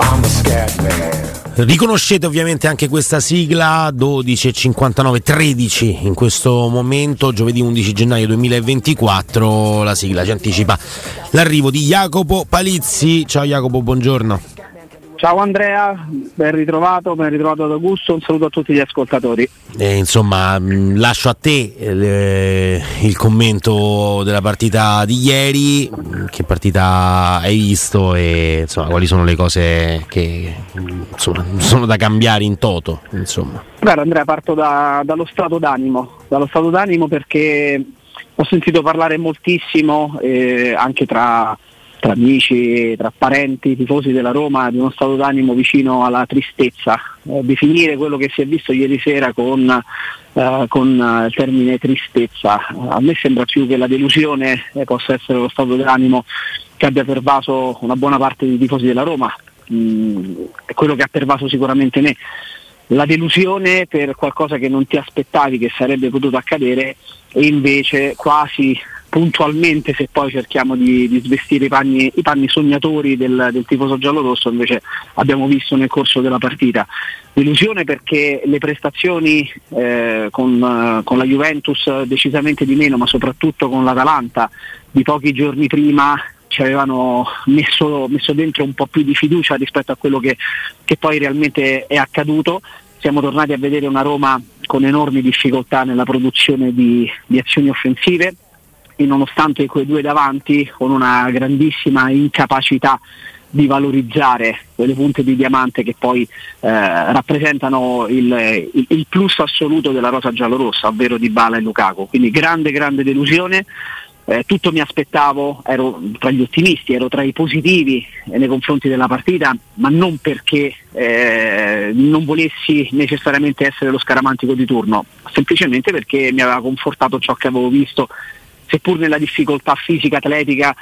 Riconoscete ovviamente anche questa sigla, 12:59, 13 in questo momento, giovedì 11 gennaio 2024, la sigla ci anticipa l'arrivo di Jacopo Palizzi. Ciao Jacopo, buongiorno. Ciao Andrea, ben ritrovato ad Augusto, un saluto a tutti gli ascoltatori. Insomma, lascio a te il commento della partita di ieri. Che partita hai visto e insomma, quali sono le cose che sono da cambiare in toto? Insomma. Guarda Andrea, parto dallo stato d'animo perché ho sentito parlare moltissimo anche tra amici, tra parenti, tifosi della Roma, di uno stato d'animo vicino alla tristezza. Definire quello che si è visto ieri sera con il termine tristezza, a me sembra più che la delusione possa essere lo stato d'animo che abbia pervaso una buona parte dei tifosi della Roma. È quello che ha pervaso sicuramente me. La delusione per qualcosa che non ti aspettavi che sarebbe potuto accadere e invece quasi puntualmente, se poi cerchiamo di svestire i panni sognatori del tifoso giallorosso, invece abbiamo visto nel corso della partita. Delusione perché le prestazioni con la Juventus decisamente di meno, ma soprattutto con l'Atalanta di pochi giorni prima ci avevano messo dentro un po' più di fiducia rispetto a quello che poi realmente è accaduto. Siamo tornati a vedere una Roma con enormi difficoltà nella produzione di azioni offensive, e nonostante quei due davanti con una grandissima incapacità di valorizzare quelle punte di diamante che poi rappresentano il plus assoluto della rosa giallorossa, ovvero Dybala e Lukaku. Quindi grande delusione. Tutto mi aspettavo, ero tra gli ottimisti, ero tra i positivi nei confronti della partita, ma non perché non volessi necessariamente essere lo scaramantico di turno, semplicemente perché mi aveva confortato ciò che avevo visto, seppur nella difficoltà fisica atletica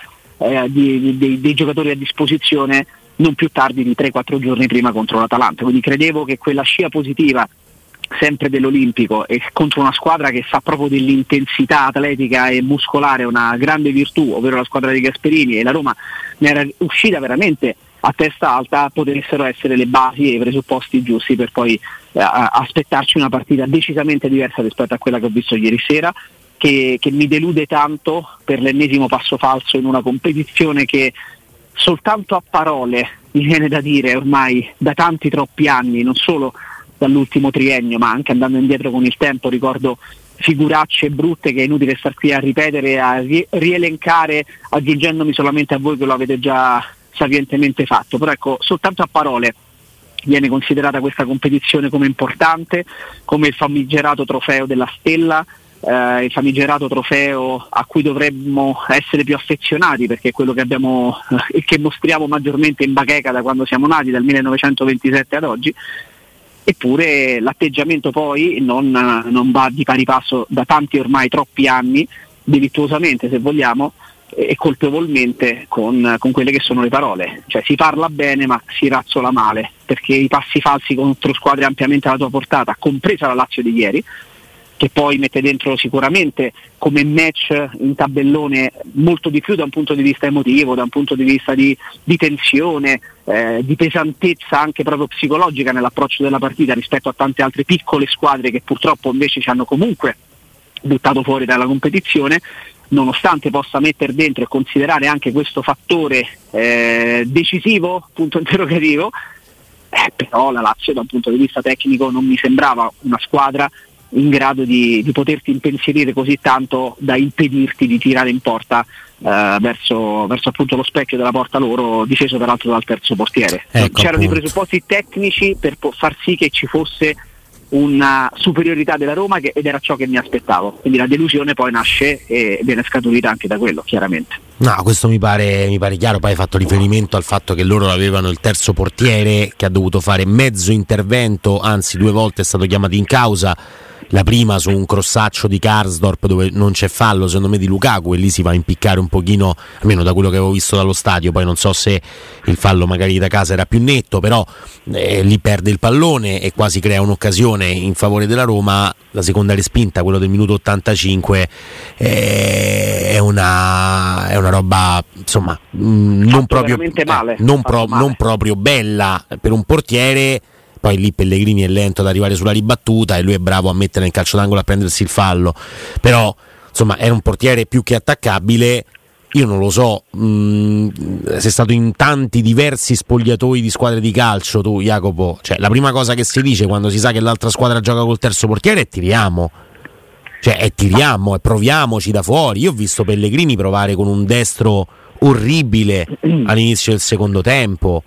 dei giocatori a disposizione non più tardi di 3-4 giorni prima contro l'Atalanta. Quindi credevo che quella scia positiva sempre dell'Olimpico e contro una squadra che fa proprio dell'intensità atletica e muscolare una grande virtù, ovvero la squadra di Gasperini, e la Roma ne era uscita veramente a testa alta, potessero essere le basi e i presupposti giusti per poi aspettarci una partita decisamente diversa rispetto a quella che ho visto ieri sera, che mi delude tanto per l'ennesimo passo falso in una competizione che soltanto a parole, mi viene da dire ormai da troppi anni, non solo dall'ultimo triennio ma anche andando indietro con il tempo, ricordo figuracce brutte che è inutile star qui a ripetere e a rielencare, aggiungendomi solamente a voi che lo avete già sapientemente fatto. Però ecco, soltanto a parole viene considerata questa competizione come importante, come il famigerato trofeo della Stella, il famigerato trofeo a cui dovremmo essere più affezionati, perché è quello che abbiamo e che mostriamo maggiormente in bacheca da quando siamo nati, dal 1927 ad oggi. Eppure l'atteggiamento poi non va di pari passo da tanti, ormai troppi anni, delittuosamente se vogliamo, e colpevolmente con quelle che sono le parole. Cioè si parla bene ma si razzola male, perché i passi falsi contro squadre ampiamente alla tua portata, compresa la Lazio di ieri, che poi mette dentro sicuramente come match in tabellone molto di più da un punto di vista emotivo, da un punto di vista di tensione, di pesantezza anche proprio psicologica nell'approccio della partita rispetto a tante altre piccole squadre che purtroppo invece ci hanno comunque buttato fuori dalla competizione. Nonostante possa mettere dentro e considerare anche questo fattore decisivo, punto interrogativo, però la Lazio da un punto di vista tecnico non mi sembrava una squadra in grado di poterti impensierire così tanto da impedirti di tirare in porta verso appunto lo specchio della porta loro, difeso peraltro dal terzo portiere. Ecco, c'erano appunto i presupposti tecnici per far sì che ci fosse una superiorità della Roma ed era ciò che mi aspettavo, quindi la delusione poi nasce e viene scaturita anche da quello, chiaramente. No, questo mi pare chiaro. Poi hai fatto riferimento al fatto che loro avevano il terzo portiere che ha dovuto fare mezzo intervento, anzi 2 volte è stato chiamato in causa la prima su un crossaccio di Karsdorp dove non c'è fallo secondo me di Lukaku, e lì si va a impiccare un pochino, almeno da quello che avevo visto dallo stadio, poi non so se il fallo magari da casa era più netto, però lì perde il pallone e quasi crea un'occasione in favore della Roma. La seconda respinta, quello del minuto 85, è una roba insomma non proprio male, non proprio bella per un portiere. Poi lì Pellegrini è lento ad arrivare sulla ribattuta e lui è bravo a mettere nel calcio d'angolo, a prendersi il fallo, però insomma era un portiere più che attaccabile. Io non lo so, sei stato in tanti diversi spogliatoi di squadre di calcio tu, Jacopo, cioè la prima cosa che si dice quando si sa che l'altra squadra gioca col terzo portiere è tiriamo, e proviamoci da fuori. Io ho visto Pellegrini provare con un destro orribile all'inizio del secondo tempo.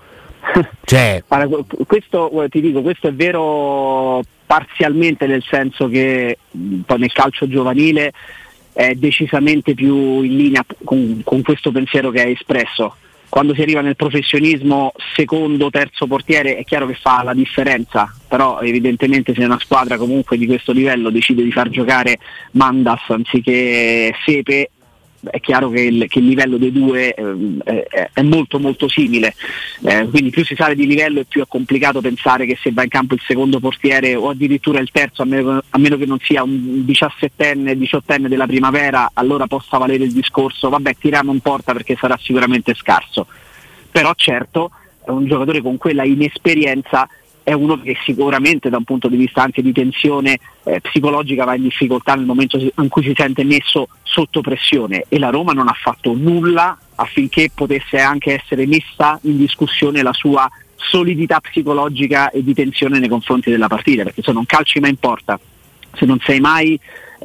Questo ti dico, questo è vero parzialmente, nel senso che poi nel calcio giovanile è decisamente più in linea con questo pensiero che hai espresso. Quando si arriva nel professionismo, secondo, terzo portiere, è chiaro che fa la differenza, però evidentemente se una squadra comunque di questo livello decide di far giocare Mandas anziché Sepe, è chiaro che il livello dei due è molto molto simile, quindi più si sale di livello e più è complicato pensare che se va in campo il secondo portiere o addirittura il terzo, a meno che non sia un 17enne, 18enne della primavera, allora possa valere il discorso vabbè, tiriamo in porta perché sarà sicuramente scarso. Però certo è un giocatore con quella inesperienza, è uno che sicuramente da un punto di vista anche di tensione psicologica va in difficoltà nel momento in cui si sente messo sotto pressione, e la Roma non ha fatto nulla affinché potesse anche essere messa in discussione la sua solidità psicologica e di tensione nei confronti della partita, perché se non calci mai in porta, se non sei mai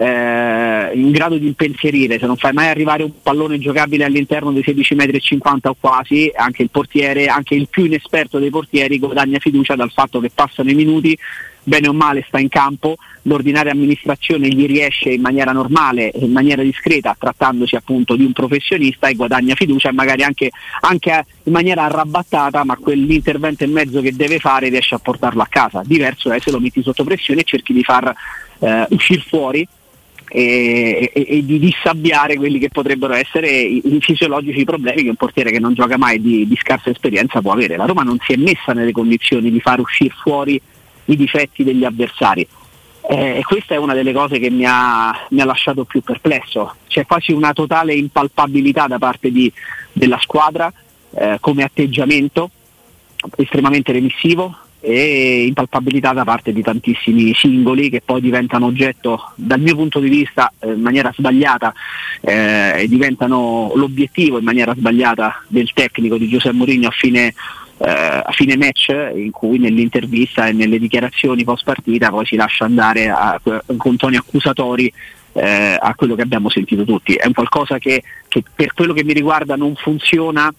in grado di impensierire, se non fai mai arrivare un pallone giocabile all'interno dei 16,50 metri o quasi, anche il portiere, anche il più inesperto dei portieri guadagna fiducia dal fatto che passano i minuti, bene o male sta in campo, l'ordinaria amministrazione gli riesce in maniera normale, in maniera discreta, trattandosi appunto di un professionista, e guadagna fiducia, e magari anche in maniera arrabattata, ma quell'intervento e mezzo che deve fare riesce a portarlo a casa. Diverso è se lo metti sotto pressione e cerchi di far uscire fuori e di dissabbiare quelli che potrebbero essere i fisiologici problemi che un portiere che non gioca mai di scarsa esperienza può avere. La Roma non si è messa nelle condizioni di far uscire fuori i difetti degli avversari, e questa è una delle cose che mi ha lasciato più perplesso. C'è quasi una totale impalpabilità da parte della squadra come atteggiamento, estremamente remissivo, e impalpabilità da parte di tantissimi singoli che poi diventano oggetto, dal mio punto di vista, in maniera sbagliata, e diventano l'obiettivo in maniera sbagliata del tecnico di José Mourinho a fine match, in cui nell'intervista e nelle dichiarazioni post partita poi si lascia andare con toni accusatori a quello che abbiamo sentito tutti. È un qualcosa che per quello che mi riguarda non funziona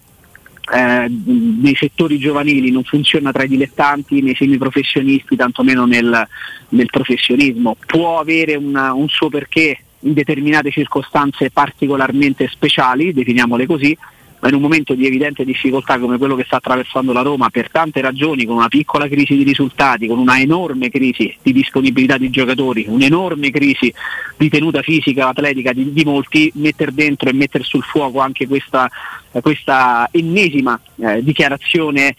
nei settori giovanili, non funziona tra i dilettanti, nei semiprofessionisti, tantomeno nel professionismo. Può avere un suo perché in determinate circostanze particolarmente speciali, definiamole così, ma in un momento di evidente difficoltà come quello che sta attraversando la Roma, per tante ragioni, con una piccola crisi di risultati, con una enorme crisi di disponibilità di giocatori, un'enorme crisi di tenuta fisica, atletica di molti, mettere dentro e mettere sul fuoco anche questa ennesima dichiarazione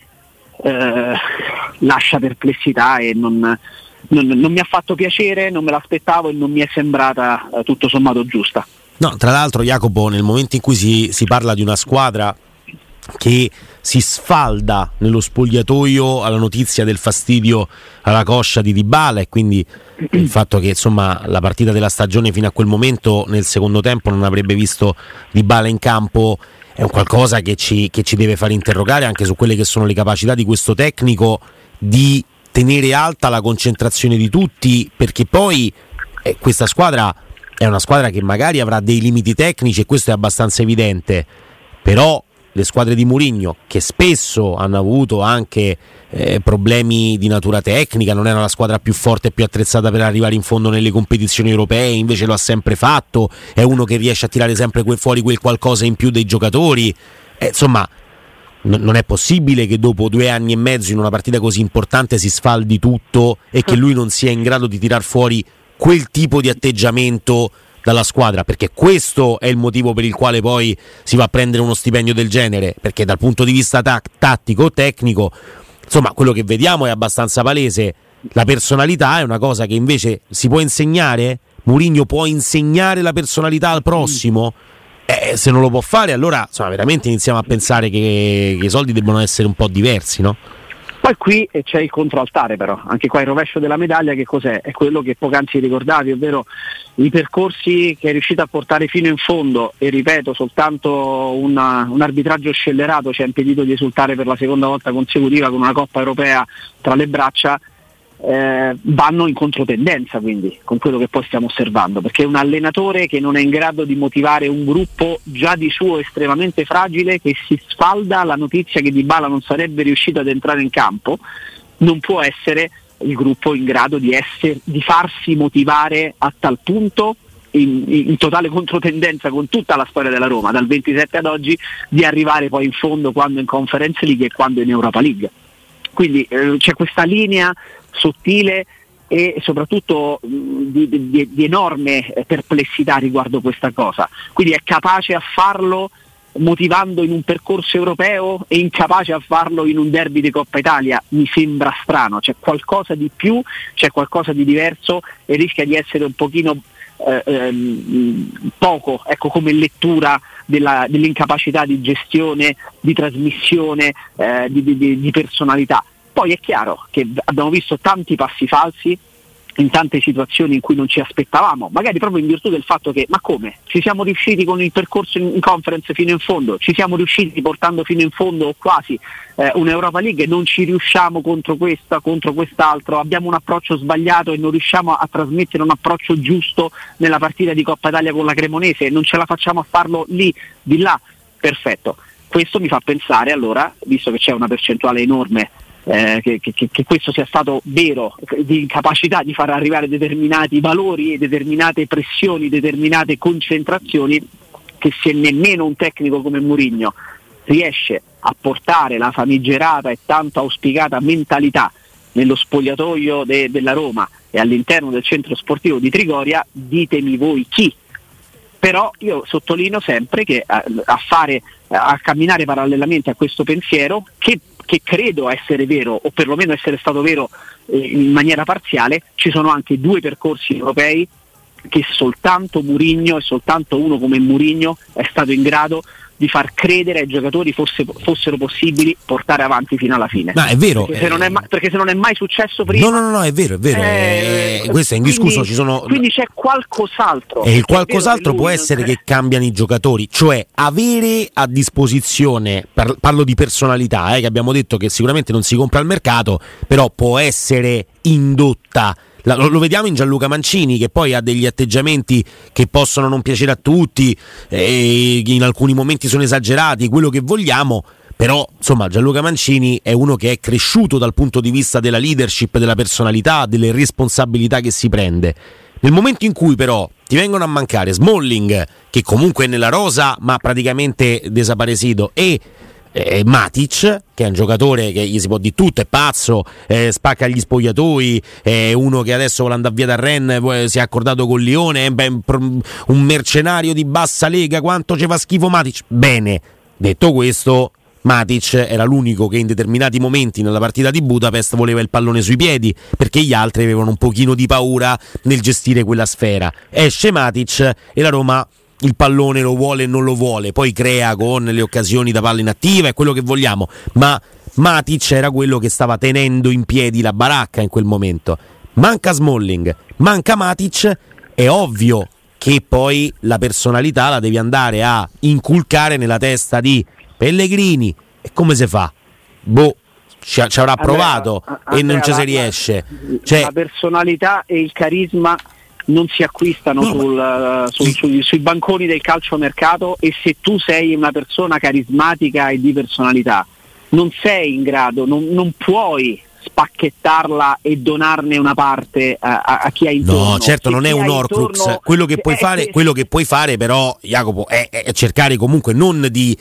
lascia perplessità e non mi ha fatto piacere, non me l'aspettavo e non mi è sembrata tutto sommato giusta. No, tra l'altro, Jacopo, nel momento in cui si parla di una squadra che si sfalda nello spogliatoio alla notizia del fastidio alla coscia di Dybala, e quindi il fatto che insomma la partita della stagione fino a quel momento nel secondo tempo non avrebbe visto Dybala in campo, è un qualcosa che ci deve far interrogare anche su quelle che sono le capacità di questo tecnico di tenere alta la concentrazione di tutti, perché poi questa squadra è una squadra che magari avrà dei limiti tecnici, e questo è abbastanza evidente, però le squadre di Mourinho, che spesso hanno avuto anche problemi di natura tecnica, non era la squadra più forte e più attrezzata per arrivare in fondo nelle competizioni europee, invece lo ha sempre fatto, è uno che riesce a tirare sempre fuori quel qualcosa in più dei giocatori, insomma non è possibile che dopo 2 anni e mezzo in una partita così importante si sfaldi tutto e che lui non sia in grado di tirar fuori quel tipo di atteggiamento dalla squadra, perché questo è il motivo per il quale poi si va a prendere uno stipendio del genere, perché dal punto di vista tattico, tecnico, insomma, quello che vediamo è abbastanza palese. La personalità è una cosa che invece si può insegnare. Mourinho può insegnare la personalità al prossimo? Se non lo può fare, allora insomma, veramente iniziamo a pensare che i soldi debbano essere un po' diversi, no? Poi qui c'è il controaltare, però anche qua il rovescio della medaglia che cos'è? È quello che poc'anzi ricordavi, ovvero i percorsi che è riuscito a portare fino in fondo, e ripeto, soltanto un arbitraggio scellerato ci ha impedito di esultare per la seconda volta consecutiva con una Coppa Europea tra le braccia. Vanno in controtendenza quindi con quello che poi stiamo osservando, perché un allenatore che non è in grado di motivare un gruppo già di suo estremamente fragile, che si sfalda la notizia che Dybala non sarebbe riuscito ad entrare in campo, non può essere il gruppo in grado di farsi motivare a tal punto in totale controtendenza con tutta la storia della Roma dal 27 ad oggi, di arrivare poi in fondo quando in Conference League e quando in Europa League. Quindi c'è questa linea sottile e soprattutto di enorme perplessità riguardo questa cosa. Quindi è capace a farlo motivando in un percorso europeo e incapace a farlo in un derby di Coppa Italia. Mi sembra strano, c'è qualcosa di più, c'è qualcosa di diverso, e rischia di essere un pochino poco, ecco, come lettura dell'incapacità di gestione, di trasmissione, di personalità. Poi è chiaro che abbiamo visto tanti passi falsi in tante situazioni in cui non ci aspettavamo, magari proprio in virtù del fatto che, ma come? Ci siamo riusciti con il percorso in Conference fino in fondo, ci siamo riusciti portando fino in fondo o quasi un'Europa League, non ci riusciamo contro questa, contro quest'altro, abbiamo un approccio sbagliato e non riusciamo a trasmettere un approccio giusto nella partita di Coppa Italia con la Cremonese, non ce la facciamo a farlo lì, di là, perfetto. Questo mi fa pensare allora, visto che c'è una percentuale enorme che questo sia stato vero, di incapacità di far arrivare determinati valori, determinate pressioni, determinate concentrazioni, che se nemmeno un tecnico come Mourinho riesce a portare la famigerata e tanto auspicata mentalità nello spogliatoio della Roma e all'interno del centro sportivo di Trigoria, ditemi voi chi. Però io sottolineo sempre che a camminare parallelamente a questo pensiero, che credo essere vero, o perlomeno essere stato vero in maniera parziale, ci sono anche due percorsi europei che soltanto Mourinho e soltanto uno come Mourinho è stato in grado di far credere ai giocatori fossero possibili portare avanti fino alla fine. Ma è vero, perché se non è mai successo prima. No, è vero. Questo è indiscusso. Quindi c'è qualcos'altro. E il qualcos'altro può essere che cambiano i giocatori, cioè avere a disposizione, parlo di personalità, che abbiamo detto che sicuramente non si compra al mercato, però può essere indotta. Lo vediamo in Gianluca Mancini, che poi ha degli atteggiamenti che possono non piacere a tutti, in alcuni momenti sono esagerati, quello che vogliamo, però insomma Gianluca Mancini è uno che è cresciuto dal punto di vista della leadership, della personalità, delle responsabilità che si prende. Nel momento in cui però ti vengono a mancare Smalling, che comunque è nella rosa ma praticamente desaparecido, e Matic, che è un giocatore che gli si può di tutto, è pazzo, spacca gli spogliatoi, è uno che adesso vuole andare via da Rennes, si è accordato con Lione, un mercenario di bassa lega, quanto ci fa schifo Matic. Bene, detto questo, Matic era l'unico che in determinati momenti nella partita di Budapest voleva il pallone sui piedi, perché gli altri avevano un pochino di paura nel gestire quella sfera. Esce Matic e la Roma il pallone lo vuole e non lo vuole, poi crea con le occasioni da palla inattiva e quello che vogliamo, ma Matic era quello che stava tenendo in piedi la baracca in quel momento. Manca Smalling, manca Matic, è ovvio che poi la personalità la devi andare a inculcare nella testa di Pellegrini. E come si fa? Ci avrà provato e non ci si riesce. La personalità e il carisma non si acquistano sui banconi del calciomercato, e se tu sei una persona carismatica e di personalità non sei in grado, non puoi spacchettarla e donarne una parte a chi hai intorno. No, certo, non è un Horcrux. Quello che puoi fare però, Jacopo, è cercare comunque non di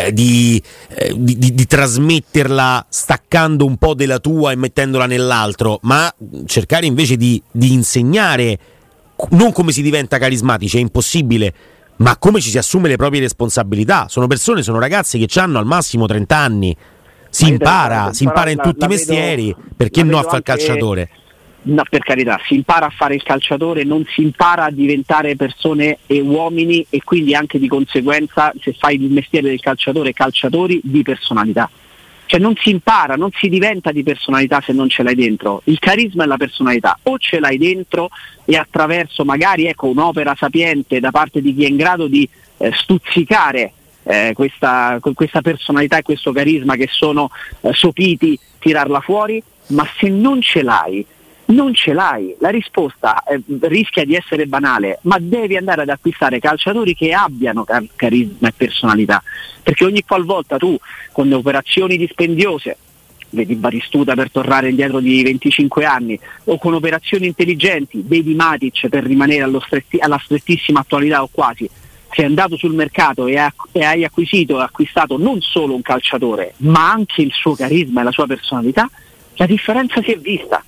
trasmetterla staccando un po' della tua e mettendola nell'altro, ma cercare invece di insegnare non come si diventa carismatici, è impossibile, ma come ci si assume le proprie responsabilità. Sono persone, sono ragazzi che hanno al massimo 30 anni, si impara in tutti i mestieri, perché no a fare il calciatore? No, per carità, si impara a fare il calciatore, non si impara a diventare persone e uomini, e quindi anche di conseguenza, se fai il mestiere del calciatore, calciatori di personalità. Cioè non si impara, non si diventa di personalità se non ce l'hai dentro. Il carisma è la personalità, o ce l'hai dentro e attraverso magari un'opera sapiente da parte di chi è in grado di stuzzicare questa personalità e questo carisma che sono sopiti, tirarla fuori. Ma se non ce l'hai, la risposta rischia di essere banale, ma devi andare ad acquistare calciatori che abbiano carisma e personalità, perché ogni qualvolta tu con le operazioni dispendiose, vedi Baristuta per tornare indietro di 25 anni, o con operazioni intelligenti, vedi Matic per rimanere alla strettissima attualità o quasi, sei andato sul mercato e hai acquistato non solo un calciatore ma anche il suo carisma e la sua personalità, la differenza si è vista.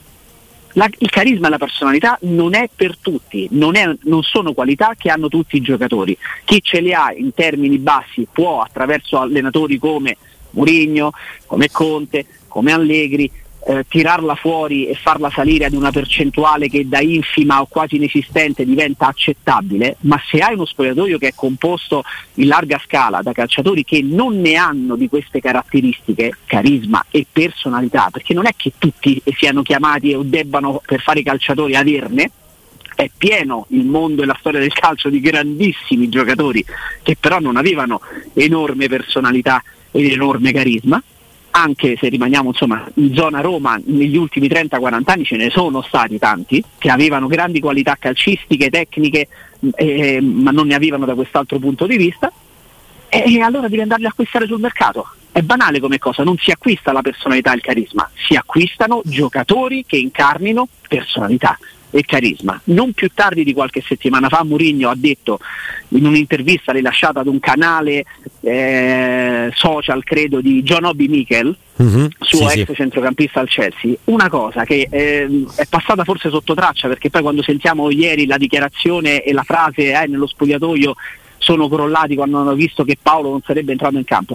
Il carisma e la personalità non è per tutti, non sono qualità che hanno tutti i giocatori. Chi ce li ha in termini bassi può, attraverso allenatori come Mourinho, come Conte, come Allegri, tirarla fuori e farla salire ad una percentuale che da infima o quasi inesistente diventa accettabile. Ma se hai uno spogliatoio che è composto in larga scala da calciatori che non ne hanno di queste caratteristiche, carisma e personalità, perché non è che tutti siano chiamati o debbano, per fare i calciatori, averne, è pieno il mondo e la storia del calcio di grandissimi giocatori che però non avevano enorme personalità ed enorme carisma. Anche se rimaniamo in zona Roma, negli ultimi 30-40 anni ce ne sono stati tanti che avevano grandi qualità calcistiche, tecniche, ma non ne avevano da quest'altro punto di vista, e allora devi andarli a acquistare sul mercato. È banale come cosa, non si acquista la personalità e il carisma, si acquistano giocatori che incarnino personalità e carisma. Non più tardi di qualche settimana fa Mourinho ha detto in un'intervista rilasciata ad un canale social, credo, di John Obi Mikel, suo ex centrocampista al Chelsea, una cosa che è passata forse sotto traccia, perché poi quando sentiamo ieri la dichiarazione e la frase nello spogliatoio sono crollati quando hanno visto che Paolo non sarebbe entrato in campo.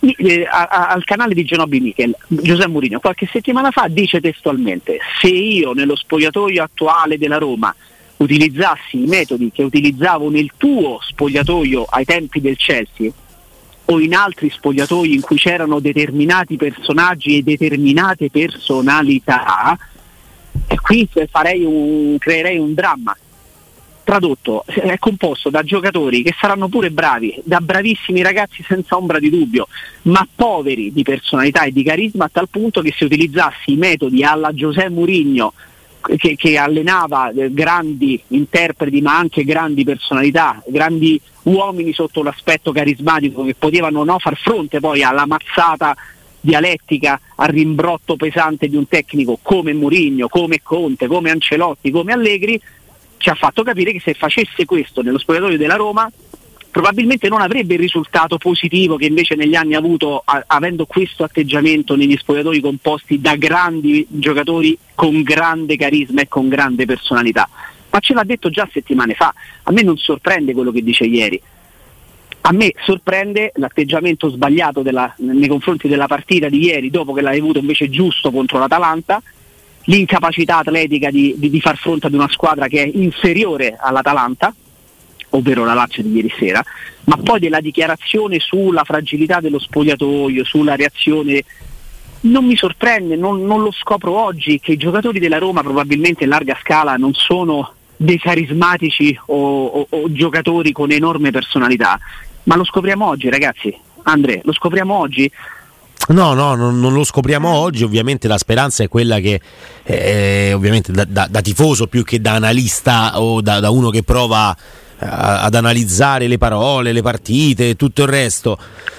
Al canale di Genobi Michel, Giuseppe Mourinho qualche settimana fa dice testualmente: se io nello spogliatoio attuale della Roma utilizzassi i metodi che utilizzavo nel tuo spogliatoio ai tempi del Chelsea o in altri spogliatoi in cui c'erano determinati personaggi e determinate personalità, e qui creerei un dramma. Tradotto, è composto da giocatori che saranno pure bravi, da bravissimi ragazzi senza ombra di dubbio, ma poveri di personalità e di carisma, a tal punto che se utilizzassi i metodi alla José Mourinho, che allenava grandi interpreti ma anche grandi personalità, grandi uomini sotto l'aspetto carismatico, che potevano far fronte poi alla mazzata dialettica, al rimbrotto pesante di un tecnico come Mourinho, come Conte, come Ancelotti, come Allegri, ci ha fatto capire che se facesse questo nello spogliatoio della Roma probabilmente non avrebbe il risultato positivo che invece negli anni ha avuto, avendo questo atteggiamento negli spogliatoi composti da grandi giocatori con grande carisma e con grande personalità. Ma ce l'ha detto già settimane fa. A me non sorprende quello che dice ieri, a me sorprende l'atteggiamento sbagliato nei confronti della partita di ieri, dopo che l'ha avuto invece giusto contro l'Atalanta, l'incapacità atletica di far fronte ad una squadra che è inferiore all'Atalanta, ovvero la Lazio di ieri sera, ma poi della dichiarazione sulla fragilità dello spogliatoio, sulla reazione. Non mi sorprende, non lo scopro oggi, che i giocatori della Roma probabilmente in larga scala non sono dei carismatici o giocatori con enorme personalità, ma lo scopriamo oggi, ragazzi. Andrea, lo scopriamo oggi? No, non lo scopriamo oggi. Ovviamente la speranza è quella che ovviamente da tifoso più che da analista o da uno che prova ad analizzare le parole, le partite e tutto il resto,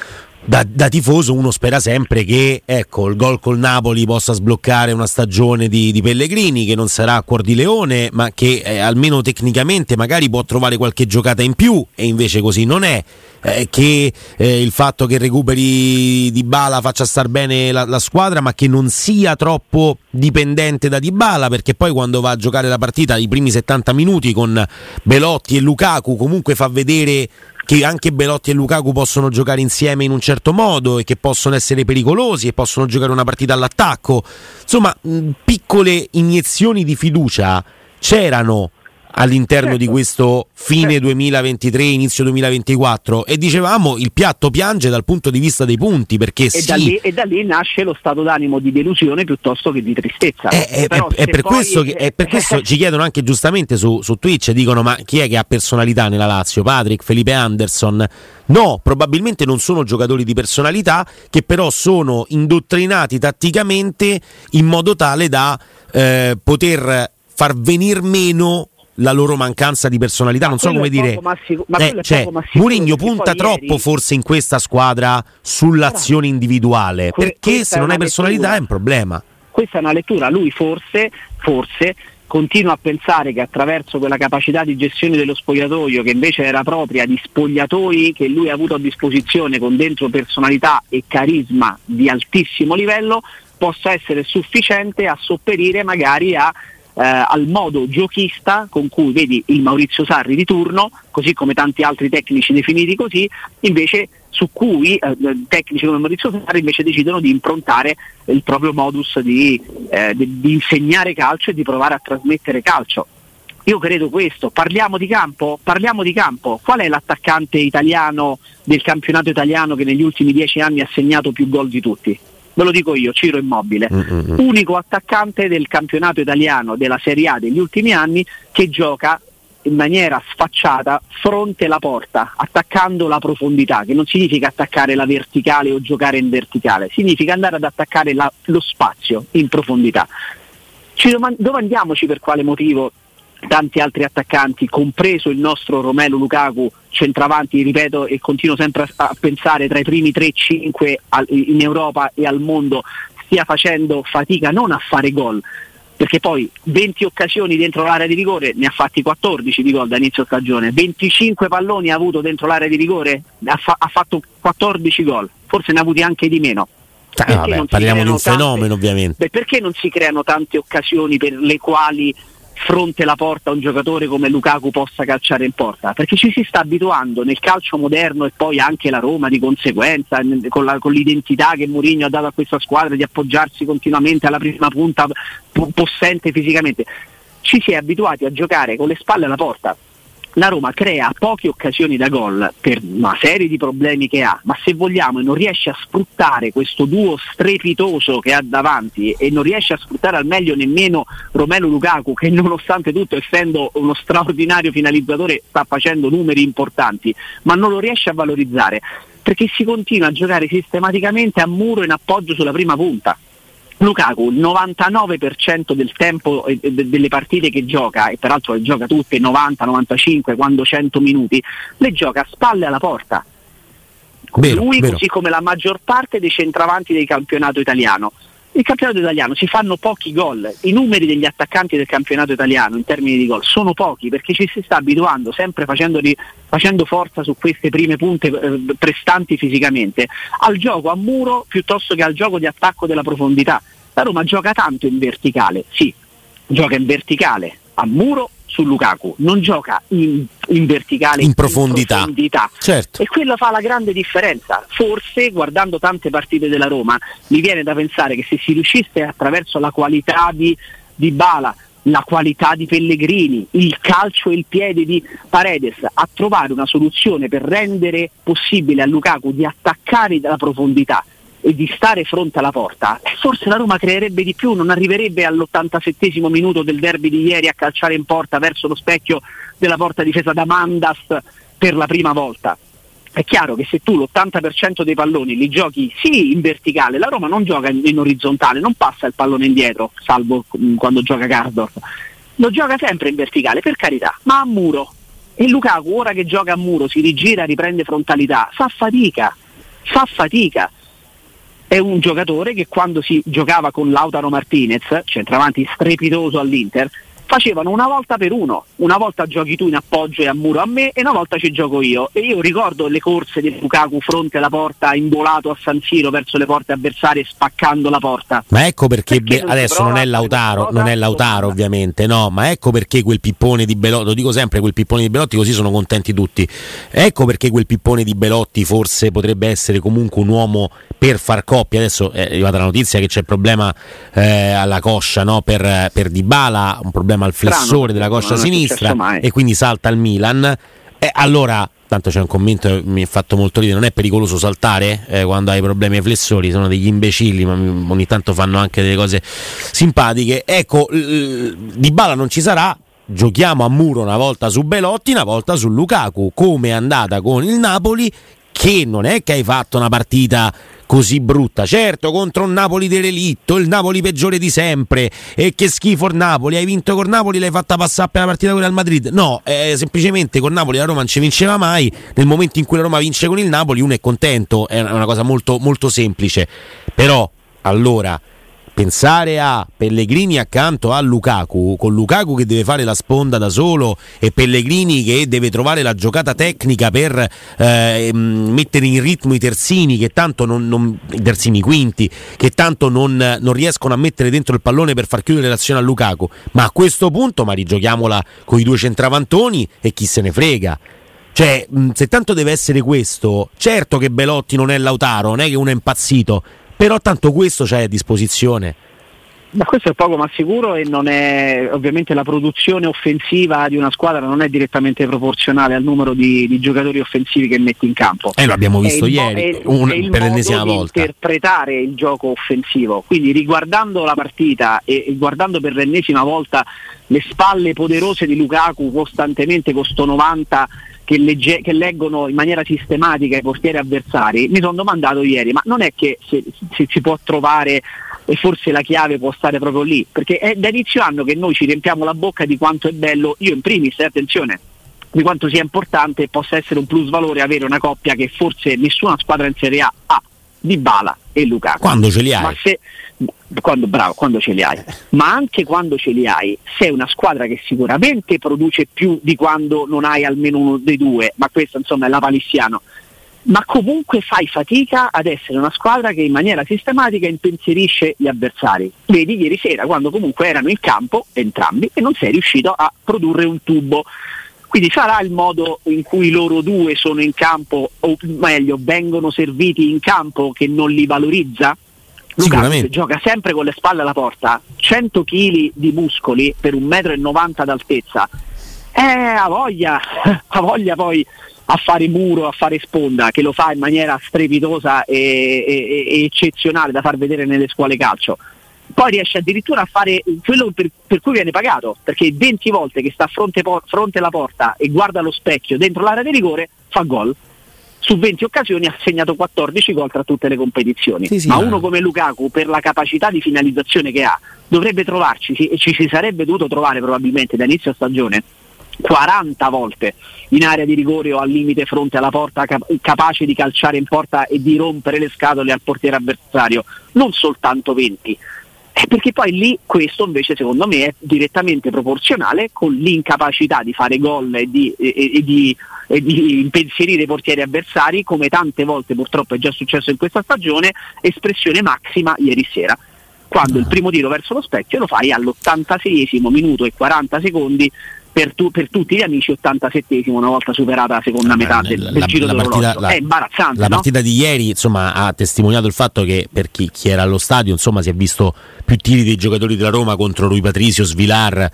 da tifoso uno spera sempre che ecco il gol col Napoli possa sbloccare una stagione di Pellegrini, che non sarà a cuor di leone, ma che almeno tecnicamente magari può trovare qualche giocata in più, e invece così non è. Che il fatto che recuperi Dybala faccia star bene la squadra, ma che non sia troppo dipendente da Dybala, perché poi quando va a giocare la partita i primi 70 minuti con Belotti e Lukaku comunque fa vedere che anche Belotti e Lukaku possono giocare insieme in un certo modo e che possono essere pericolosi e possono giocare una partita all'attacco. Insomma, piccole iniezioni di fiducia c'erano all'interno di questo fine 2023, inizio 2024, e dicevamo il piatto piange dal punto di vista dei punti, perché da lì nasce lo stato d'animo di delusione piuttosto che di tristezza. È per questo ci chiedono anche giustamente su Twitch, dicono: ma chi è che ha personalità nella Lazio? Patrick, Felipe Anderson? No, probabilmente non sono giocatori di personalità, che però sono indottrinati tatticamente in modo tale da poter far venir meno la loro mancanza di personalità. Non so come dire, Mourinho punta troppo forse in questa squadra sull'azione individuale, perché se non hai personalità è un problema. Questa è una lettura. Lui forse continua a pensare che attraverso quella capacità di gestione dello spogliatoio, che invece era propria di spogliatoi che lui ha avuto a disposizione con dentro personalità e carisma di altissimo livello, possa essere sufficiente a sopperire magari al modo giochista con cui vedi il Maurizio Sarri di turno, così come tanti altri tecnici definiti così, invece su cui tecnici come Maurizio Sarri invece decidono di improntare il proprio modus di insegnare calcio e di provare a trasmettere calcio. Io credo questo. Parliamo di campo. Qual è l'attaccante italiano del campionato italiano che negli ultimi 10 anni ha segnato più gol di tutti? Ve lo dico io, Ciro Immobile, unico attaccante del campionato italiano della Serie A degli ultimi anni che gioca in maniera sfacciata fronte alla porta, attaccando la profondità, che non significa attaccare la verticale o giocare in verticale, significa andare ad attaccare lo spazio in profondità. Domandiamoci per quale motivo tanti altri attaccanti, compreso il nostro Romelu Lukaku, centravanti, ripeto e continuo sempre a pensare tra i primi 3-5 in Europa e al mondo, stia facendo fatica non a fare gol, perché poi 20 occasioni dentro l'area di rigore ne ha fatti 14 di gol da inizio stagione, 25 palloni ha avuto dentro l'area di rigore, ha fatto 14 gol, forse ne ha avuti anche di meno. Parliamo di un fenomeno, ovviamente. Perché non si creano tante occasioni per le quali fronte alla porta un giocatore come Lukaku possa calciare in porta? Perché ci si sta abituando nel calcio moderno, e poi anche la Roma di conseguenza, con l'identità che Mourinho ha dato a questa squadra di appoggiarsi continuamente alla prima punta, possente fisicamente, ci si è abituati a giocare con le spalle alla porta. La Roma crea poche occasioni da gol per una serie di problemi che ha, ma se vogliamo, e non riesce a sfruttare questo duo strepitoso che ha davanti, e non riesce a sfruttare al meglio nemmeno Romelu Lukaku, che nonostante tutto, essendo uno straordinario finalizzatore, sta facendo numeri importanti, ma non lo riesce a valorizzare, perché si continua a giocare sistematicamente a muro in appoggio sulla prima punta. Lukaku il 99% del tempo delle partite che gioca, e peraltro le gioca tutte 90-95, quando 100 minuti, le gioca a spalle alla porta. Vero. Così come la maggior parte dei centravanti del campionato italiano. Il campionato italiano si fanno pochi gol, i numeri degli attaccanti del campionato italiano in termini di gol sono pochi, perché ci si sta abituando, sempre facendo forza su queste prime punte prestanti fisicamente, al gioco a muro piuttosto che al gioco di attacco della profondità. La Roma gioca tanto in verticale, sì, gioca in verticale, a muro su Lukaku, non gioca in verticale, in profondità. Certo. E quello fa la grande differenza. Forse, guardando tante partite della Roma, mi viene da pensare che se si riuscisse, attraverso la qualità di Dybala, la qualità di Pellegrini, il calcio e il piede di Paredes, a trovare una soluzione per rendere possibile a Lukaku di attaccare dalla profondità e di stare fronte alla porta, forse la Roma creerebbe di più, non arriverebbe all'87° minuto del derby di ieri a calciare in porta verso lo specchio della porta difesa da Mandas per la prima volta. È chiaro che se tu l'80% dei palloni li giochi sì in verticale, la Roma non gioca in orizzontale, non passa il pallone indietro, salvo quando gioca Karsdorp, lo gioca sempre in verticale, per carità, ma a muro. E Lukaku, ora che gioca a muro, si rigira, riprende frontalità, fa fatica. fa fatica. È un giocatore che quando si giocava con Lautaro Martinez, centravanti strepitoso all'Inter, facevano una volta per uno, una volta giochi tu in appoggio e a muro a me e una volta ci gioco io. E io ricordo le corse di Lukaku fronte alla porta, involato a San Siro verso le porte avversarie, spaccando la porta. Ma ecco perché adesso non è Lautaro ovviamente, no, ma ecco perché quel pippone di Belotti, lo dico sempre, quel pippone di Belotti, così sono contenti tutti. Ecco perché quel pippone di Belotti forse potrebbe essere comunque un uomo per far coppia. Adesso è arrivata la notizia che c'è problema alla coscia, no, per Dybala, un problema al flessore della coscia sinistra e quindi salta al Milan. Allora, tanto c'è un commento che mi ha fatto molto ridere: non è pericoloso saltare quando hai problemi ai flessori? Sono degli imbecilli, ma ogni tanto fanno anche delle cose simpatiche. Ecco, Dybala non ci sarà, giochiamo a muro una volta su Belotti, una volta su Lukaku, come è andata con il Napoli, che non è che hai fatto una partita così brutta, certo, contro un Napoli derelitto, il Napoli peggiore di sempre, e che schifo il Napoli, hai vinto con Napoli, l'hai fatta passare per la partita con il Madrid. No, semplicemente con Napoli la Roma non ci vinceva mai. Nel momento in cui la Roma vince con il Napoli uno è contento, è una cosa molto, molto semplice. Però allora pensare a Pellegrini accanto a Lukaku, con Lukaku che deve fare la sponda da solo e Pellegrini che deve trovare la giocata tecnica per mettere in ritmo i terzini, che tanto i terzini quinti, che tanto non riescono a mettere dentro il pallone per far chiudere l'azione a Lukaku. Ma a questo punto rigiochiamola con i due centravantoni e chi se ne frega. Cioè, se tanto deve essere questo, certo che Belotti non è Lautaro, non è che uno è impazzito, però tanto questo c'hai a disposizione. Ma questo è poco ma sicuro, e non è, ovviamente la produzione offensiva di una squadra non è direttamente proporzionale al numero di giocatori offensivi che metti in campo. Lo abbiamo visto ieri, per l'ennesima volta. Interpretare il gioco offensivo, quindi riguardando la partita e guardando per l'ennesima volta le spalle poderose di Lukaku costantemente con sto 90 che leggono in maniera sistematica i portieri avversari, mi sono domandato ieri, ma non è che se si può trovare, e forse la chiave può stare proprio lì, perché è da inizio anno che noi ci riempiamo la bocca di quanto è bello, io in primis, attenzione, di quanto sia importante e possa essere un plus valore avere una coppia che forse nessuna squadra in Serie A ha, Dybala e Lukaku. Quando ce li hai. Quando ce li hai, ma anche quando ce li hai, sei una squadra che sicuramente produce più di quando non hai almeno uno dei due, ma questo insomma è la palissiano, ma comunque fai fatica ad essere una squadra che in maniera sistematica impensierisce gli avversari. Vedi ieri sera quando comunque erano in campo entrambi e non sei riuscito a produrre un tubo. Quindi sarà il modo in cui loro due sono in campo, o meglio vengono serviti in campo, che non li valorizza? Lukaku gioca sempre con le spalle alla porta, 100 kg di muscoli per 1,90 m d'altezza, ha voglia poi a fare muro, a fare sponda, che lo fa in maniera strepitosa e eccezionale da far vedere nelle scuole calcio. Poi riesce addirittura a fare quello per cui viene pagato, perché 20 volte che sta fronte alla porta e guarda lo specchio dentro l'area di rigore fa gol. Su 20 occasioni ha segnato 14 gol tra tutte le competizioni. Sì, ma uno come Lukaku, per la capacità di finalizzazione che ha, dovrebbe trovarci, e ci si sarebbe dovuto trovare probabilmente da inizio stagione 40 volte in area di rigore o al limite fronte alla porta, capace di calciare in porta e di rompere le scatole al portiere avversario, non soltanto 20. Perché poi lì questo invece secondo me è direttamente proporzionale con l'incapacità di fare gol e di impensierire i portieri avversari, come tante volte purtroppo è già successo in questa stagione, espressione massima ieri sera, quando il primo tiro verso lo specchio lo fai all'86esimo minuto e 40 secondi per tutti gli amici, 87esimo, una volta superata la seconda metà del giro dell'orologio. È imbarazzante. La partita di ieri insomma ha testimoniato il fatto che per chi era allo stadio insomma si è visto più tiri dei giocatori della Roma contro Rui Patricio, Svilar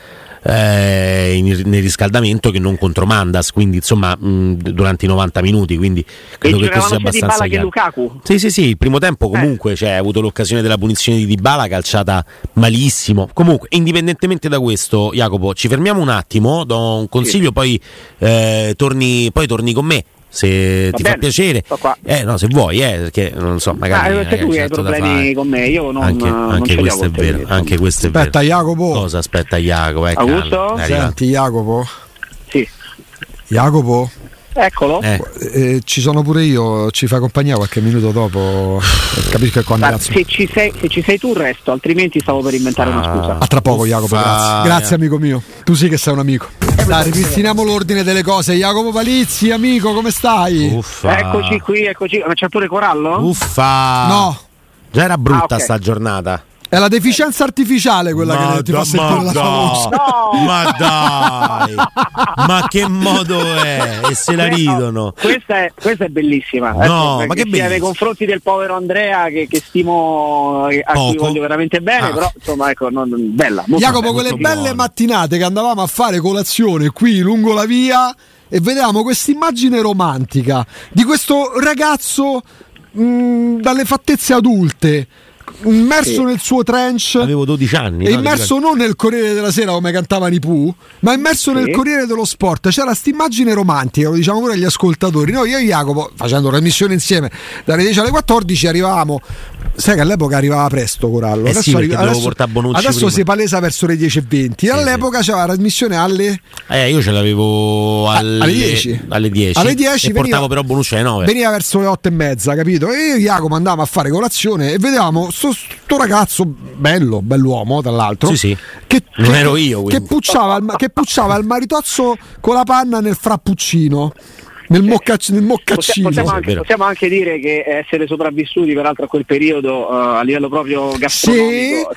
nel riscaldamento che non contro Mandas, quindi insomma durante i 90 minuti, quindi credo che questo sia abbastanza chiaro. Lukaku. Sì, il primo tempo comunque ha avuto l'occasione della punizione di Dybala, calciata malissimo. Comunque, indipendentemente da questo, Jacopo, ci fermiamo un attimo, do un consiglio, poi torni con me, se ti fa piacere. No, se vuoi, perché non so, magari se tu hai problemi con me, io non ce questo è vero, anche questo è vero. Aspetta Jacopo. Cosa aspetta Jacopo? Augusto? Senti Jacopo. Sì. Jacopo. Eccolo. Ci sono pure io, ci fai compagnia qualche minuto dopo. Capisco che quando se ci sei tu resto, altrimenti stavo per inventare una scusa. A tra poco, Jacopo, grazie amico mio, tu sì che sei un amico. Dai, ripristiniamo l'ordine delle cose. Jacopo Palizzi, amico, come stai? Uffa. Eccoci qui, ma c'è pure Corallo? Uffa. No, già era brutta okay. Sta giornata. è la deficienza artificiale quella che ti fa sentire la famosa. No! Ma dai, ma che modo è? E se la ridono. Questa è bellissima. No, ma che sia nei confronti del povero Andrea che stimo, a cui voglio veramente bene, però insomma ecco, bella. Jacopo, quelle belle mattinate che andavamo a fare colazione qui lungo la via e vedevamo questa immagine romantica di questo ragazzo dalle fattezze adulte, immerso nel suo trench. Avevo 12 anni. E immerso non nel Corriere della Sera come cantavano i Pooh, ma immerso nel Corriere dello Sport. C'era sta immagine romantica, lo diciamo pure agli ascoltatori. Noi, io e Jacopo, facendo trasmissione insieme dalle 10 alle 14, arrivavamo. Sai che all'epoca arrivava presto Corallo. Adesso si palesa verso le 10:20. All'epoca c'era la trasmissione alle. Io ce l'avevo alle 10. Alle 10 e portavo però Bonucci alle 9. Veniva verso le 8:30, capito? E io e Jacopo andavamo a fare colazione e vedevamo sto ragazzo bell'uomo, tra l'altro. Sì. Che non ero io. Che pucciava il maritozzo con la panna nel frappuccino. Nel moccacino. Possiamo anche dire che essere sopravvissuti peraltro a quel periodo a livello proprio gastronomico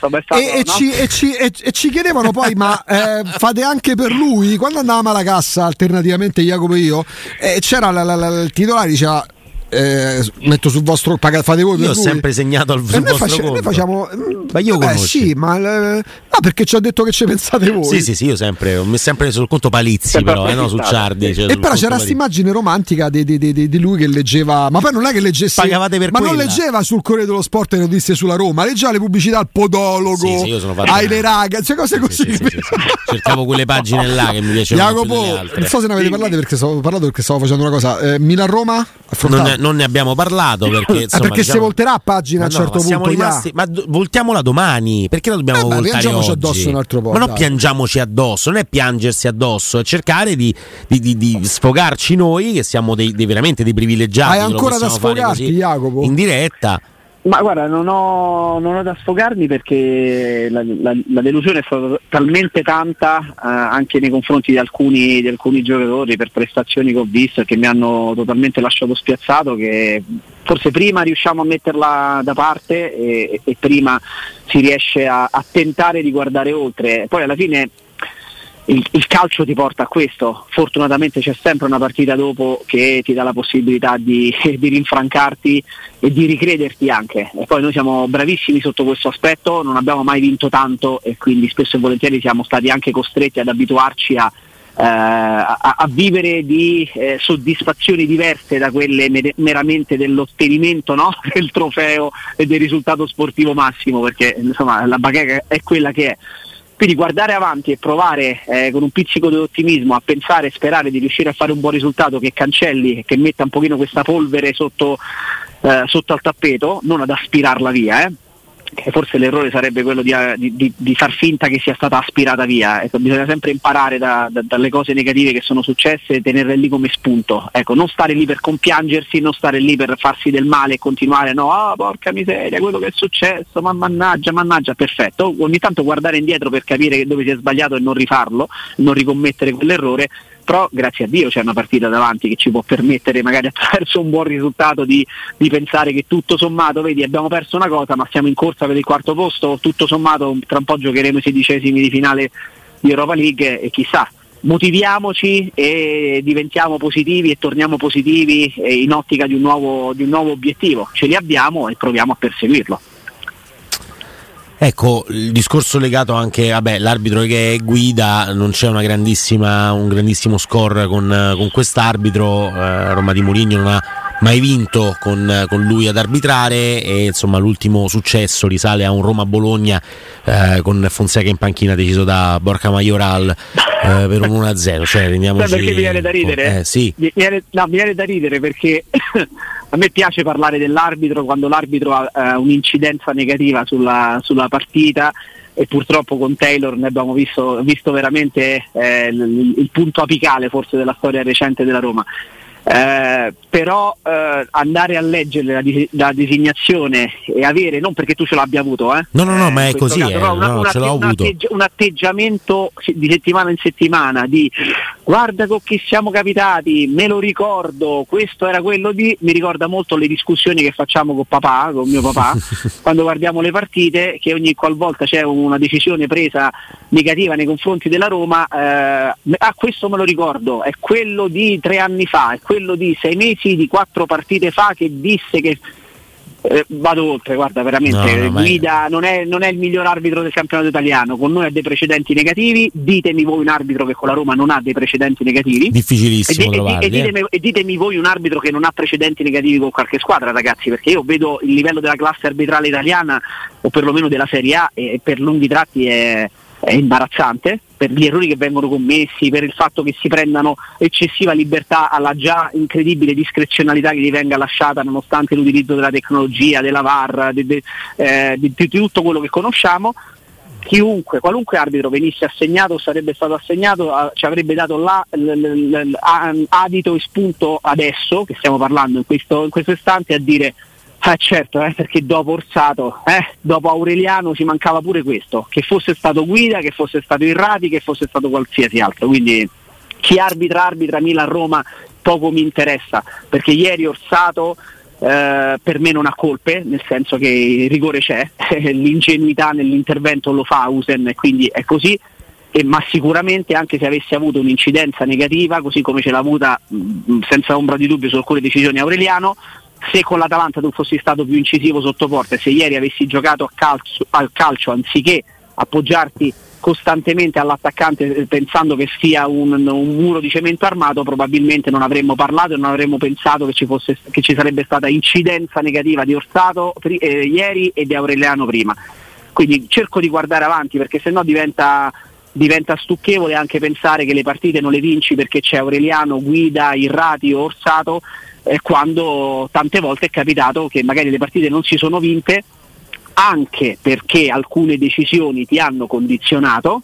ci chiedevano poi ma fate anche per lui? Quando andavamo alla cassa alternativamente Jacopo e io c'era il titolare diceva metto sul vostro fate voi per io ho lui. Sempre segnato sul vostro conto. Noi facciamo ma io sì, ma perché ci ha detto che ci pensate voi. Sì, io ho messo sempre sul conto Palizzi però no, su Ciardi, e però c'era questa immagine romantica di lui che leggeva, ma poi non è che leggesse, pagavate per quella. Non leggeva sul Corriere dello Sport le notizie sulla Roma, leggeva le pubblicità al podologo, io sono fatto ai le ragazze, cose così. Sì. Cercavo quelle pagine là che mi piacevano. Jacopo, non so se ne avete parlato perché stavo facendo una cosa. Milan-Roma non ne abbiamo parlato perché insomma, perché si volterà a pagina a un certo punto. Ma voltiamola domani, perché la dobbiamo voltare piangiamoci oggi? Addosso un altro po', ma non piangiamoci addosso, non è piangersi addosso, è cercare di sfogarci noi che siamo veramente dei privilegiati. Hai ancora da sfogarti, Jacopo? In diretta. Ma guarda, non ho da sfogarmi perché la delusione è stata talmente tanta anche nei confronti di alcuni giocatori per prestazioni che ho visto e che mi hanno totalmente lasciato spiazzato, che forse prima riusciamo a metterla da parte e prima si riesce a tentare di guardare oltre. Poi alla fine il calcio ti porta a questo, fortunatamente c'è sempre una partita dopo che ti dà la possibilità di rinfrancarti e di ricrederti anche, e poi noi siamo bravissimi sotto questo aspetto, non abbiamo mai vinto tanto e quindi spesso e volentieri siamo stati anche costretti ad abituarci a vivere di soddisfazioni diverse da quelle meramente dell'ottenimento, no? Del trofeo e del risultato sportivo massimo, perché insomma la bacheca è quella che è. Quindi guardare avanti e provare con un pizzico di ottimismo a pensare e sperare di riuscire a fare un buon risultato che cancelli e che metta un pochino questa polvere sotto al tappeto, non ad aspirarla via, che forse l'errore sarebbe quello di far finta che sia stata aspirata via. Ecco, bisogna sempre imparare dalle cose negative che sono successe e tenerle lì come spunto. Ecco, non stare lì per compiangersi, non stare lì per farsi del male e continuare, porca miseria, quello che è successo, ma mannaggia, perfetto. Ogni tanto guardare indietro per capire dove si è sbagliato e non rifarlo, non ricommettere quell'errore. Però grazie a Dio c'è una partita davanti che ci può permettere magari attraverso un buon risultato di pensare che tutto sommato, vedi, abbiamo perso una cosa ma siamo in corsa per il quarto posto, tutto sommato tra un po' giocheremo i 16esimi di finale di Europa League e chissà, motiviamoci e diventiamo positivi e torniamo positivi in ottica di un nuovo obiettivo, ce li abbiamo e proviamo a perseguirlo. Ecco, il discorso legato anche, l'arbitro che guida, non c'è un grandissimo score con quest'arbitro, Roma di Mourinho non ha mai vinto con lui ad arbitrare e insomma l'ultimo successo risale a un Roma-Bologna con Fonseca in panchina deciso da Borja Mayoral per un 1-0, cioè rendiamoci. Perché mi viene da ridere? Sì. Mi viene da ridere perché a me piace parlare dell'arbitro quando l'arbitro ha un'incidenza negativa sulla partita, e purtroppo con Taylor ne abbiamo visto veramente il punto apicale forse della storia recente della Roma. però andare a leggere la designazione e avere, non perché tu ce l'abbia avuto, no, ma è così, caso, ce l'ho avuto. Un atteggiamento di settimana in settimana di guarda con chi siamo capitati, me lo ricordo, questo era quello di, mi ricorda molto le discussioni che facciamo con mio papà quando guardiamo le partite, che ogni qualvolta c'è una decisione presa negativa nei confronti della Roma, questo me lo ricordo, è quello di 3 anni fa, è quello di 6 mesi, di 4 partite fa, che disse che vado oltre, guarda, veramente Guida non è il miglior arbitro del campionato italiano, con noi ha dei precedenti negativi, ditemi voi un arbitro che con la Roma non ha dei precedenti negativi, difficilissimo trovarli, e ditemi voi un arbitro che non ha precedenti negativi con qualche squadra, ragazzi, perché io vedo il livello della classe arbitrale italiana, o perlomeno della Serie A, e per lunghi tratti è imbarazzante, per gli errori che vengono commessi, per il fatto che si prendano eccessiva libertà alla già incredibile discrezionalità che gli venga lasciata nonostante l'utilizzo della tecnologia, della VAR, di tutto quello che conosciamo. Qualunque arbitro venisse assegnato, sarebbe stato assegnato, ci avrebbe dato adito e spunto adesso che stiamo parlando in questo istante a dire certo, perché dopo Orsato, dopo Aureliano ci mancava pure questo, che fosse stato Guida, che fosse stato Irrati, che fosse stato qualsiasi altro. Quindi chi arbitra Milan-Roma poco mi interessa, perché ieri Orsato per me non ha colpe, nel senso che il rigore c'è, l'ingenuità nell'intervento lo fa Ausen e quindi è così, ma sicuramente anche se avesse avuto un'incidenza negativa, così come ce l'ha avuta senza ombra di dubbio su alcune decisioni Aureliano, se con l'Atalanta tu fossi stato più incisivo sotto porta, se ieri avessi giocato al calcio anziché appoggiarti costantemente all'attaccante pensando che sia un muro di cemento armato, probabilmente non avremmo parlato e non avremmo pensato che ci sarebbe stata incidenza negativa di Orsato ieri e di Aureliano prima. Quindi cerco di guardare avanti, perché sennò diventa stucchevole anche pensare che le partite non le vinci perché c'è Aureliano, Guida, Irrati o Orsato, quando tante volte è capitato che magari le partite non si sono vinte anche perché alcune decisioni ti hanno condizionato,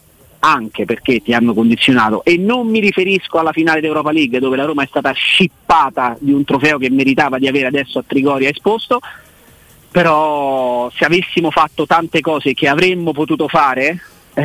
e non mi riferisco alla finale d'Europa League dove la Roma è stata scippata di un trofeo che meritava di avere adesso a Trigoria esposto, però se avessimo fatto tante cose che avremmo potuto fare,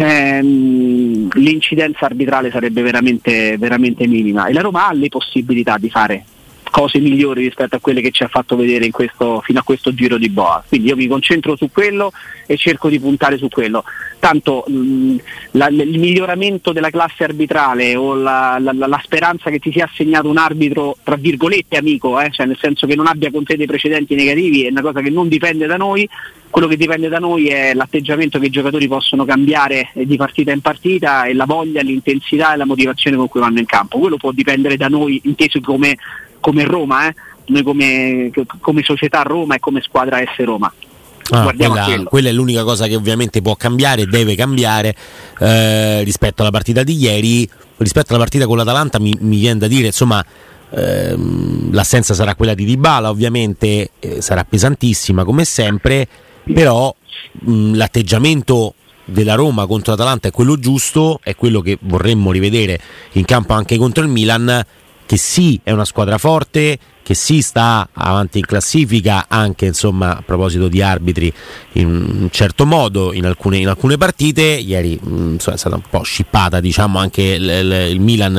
l'incidenza arbitrale sarebbe veramente, veramente minima, e la Roma ha le possibilità di fare cose migliori rispetto a quelle che ci ha fatto vedere fino a questo giro di boa. Quindi io mi concentro su quello e cerco di puntare su quello. Tanto il miglioramento della classe arbitrale o la speranza che ti sia assegnato un arbitro tra virgolette amico, cioè nel senso che non abbia con te dei precedenti negativi, è una cosa che non dipende da noi. Quello che dipende da noi è l'atteggiamento che i giocatori possono cambiare di partita in partita, e la voglia, l'intensità e la motivazione con cui vanno in campo. Quello può dipendere da noi, inteso come Roma, noi come società Roma e come squadra S Roma. Quella è l'unica cosa che ovviamente può cambiare, deve cambiare rispetto alla partita di ieri. Rispetto alla partita con l'Atalanta mi viene da dire, insomma, l'assenza sarà quella di Dybala, ovviamente sarà pesantissima come sempre, però l'atteggiamento della Roma contro l'Atalanta è quello giusto, è quello che vorremmo rivedere in campo anche contro il Milan, che sì è una squadra forte, che sì sta avanti in classifica, anche insomma a proposito di arbitri in un certo modo in alcune partite. Ieri è stata un po' scippata, diciamo, anche il Milan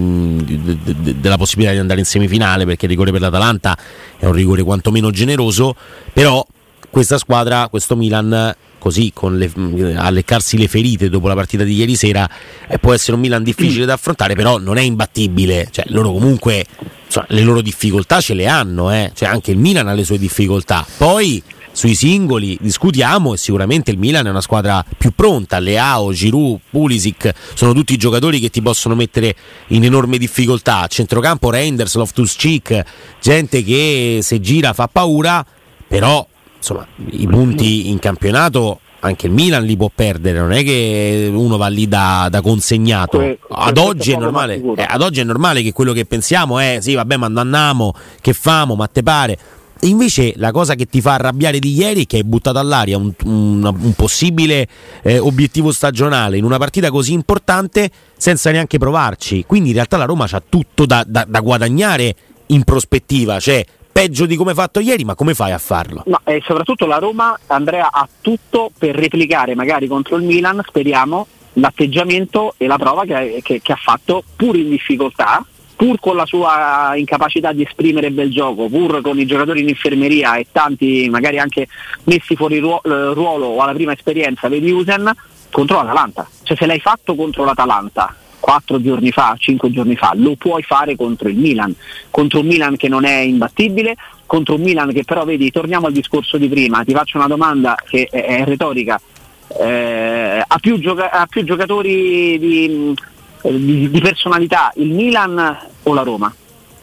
della possibilità di andare in semifinale, perché il rigore per l'Atalanta è un rigore quantomeno generoso, però questa squadra, questo Milan, così a leccarsi le ferite dopo la partita di ieri sera, può essere un Milan difficile da affrontare, però non è imbattibile. Cioè, loro comunque le loro difficoltà ce le hanno, cioè anche il Milan ha le sue difficoltà. Poi sui singoli discutiamo, e sicuramente il Milan è una squadra più pronta. Leao, Giroud, Pulisic sono tutti giocatori che ti possono mettere in enorme difficoltà. A centrocampo Reinders, Loftus-Cheek, gente che se gira fa paura, però insomma i punti in campionato anche il Milan li può perdere, non è che uno va lì da consegnato. Ad oggi è normale che quello che pensiamo è sì vabbè, ma andiamo, che famo, ma te pare. E invece la cosa che ti fa arrabbiare di ieri è che hai buttato all'aria un possibile obiettivo stagionale in una partita così importante senza neanche provarci. Quindi in realtà la Roma c'ha tutto da guadagnare in prospettiva, cioè peggio di come hai fatto ieri, ma come fai a farlo? No, e soprattutto la Roma, Andrea, ha tutto per replicare magari contro il Milan, speriamo, l'atteggiamento e la prova che ha fatto pur in difficoltà, pur con la sua incapacità di esprimere bel gioco, pur con i giocatori in infermeria e tanti magari anche messi fuori ruolo o alla prima esperienza, vedi Usen, contro l'Atalanta. Cioè se l'hai fatto contro l'Atalanta 4 giorni fa, 5 giorni fa, lo puoi fare contro il Milan, contro un Milan che non è imbattibile, contro un Milan che però, vedi, torniamo al discorso di prima, ti faccio una domanda che è retorica, ha più giocatori di personalità, il Milan o la Roma?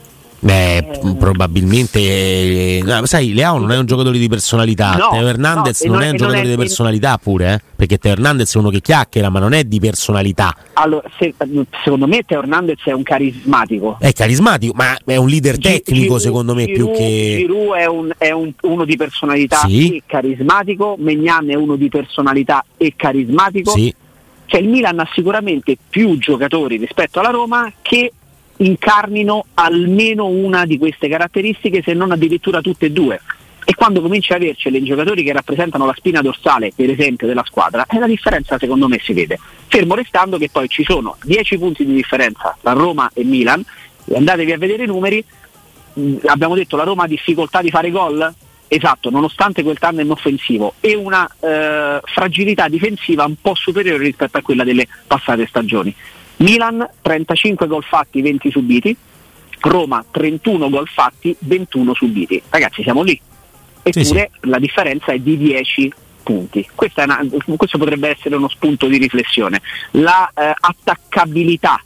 Probabilmente sai, Leao non è un giocatore di personalità, no, Teo Hernandez no, non è un giocatore di personalità pure, perché Teo Hernandez è uno che chiacchiera ma non è di personalità. Allora, secondo me Teo Hernandez è un carismatico, è carismatico, ma è un leader tecnico, secondo me, più che Giroud è uno di personalità, sì, e carismatico. Maignan è uno di personalità e carismatico, sì. Cioè il Milan ha sicuramente più giocatori rispetto alla Roma che incarnino almeno una di queste caratteristiche, se non addirittura tutte e due. E quando cominci a averceli in giocatori che rappresentano la spina dorsale, per esempio, della squadra, la differenza secondo me si vede. Fermo restando che poi ci sono 10 punti di differenza tra Roma e Milan, e andatevi a vedere i numeri. Abbiamo detto la Roma ha difficoltà di fare gol? Esatto, nonostante quel tandem offensivo e una fragilità difensiva un po' superiore rispetto a quella delle passate stagioni. Milan 35 gol fatti, 20 subiti, Roma 31 gol fatti, 21 subiti. Ragazzi, siamo lì. Eppure sì. La differenza è di 10 punti. Questo potrebbe essere uno spunto di riflessione. La attaccabilità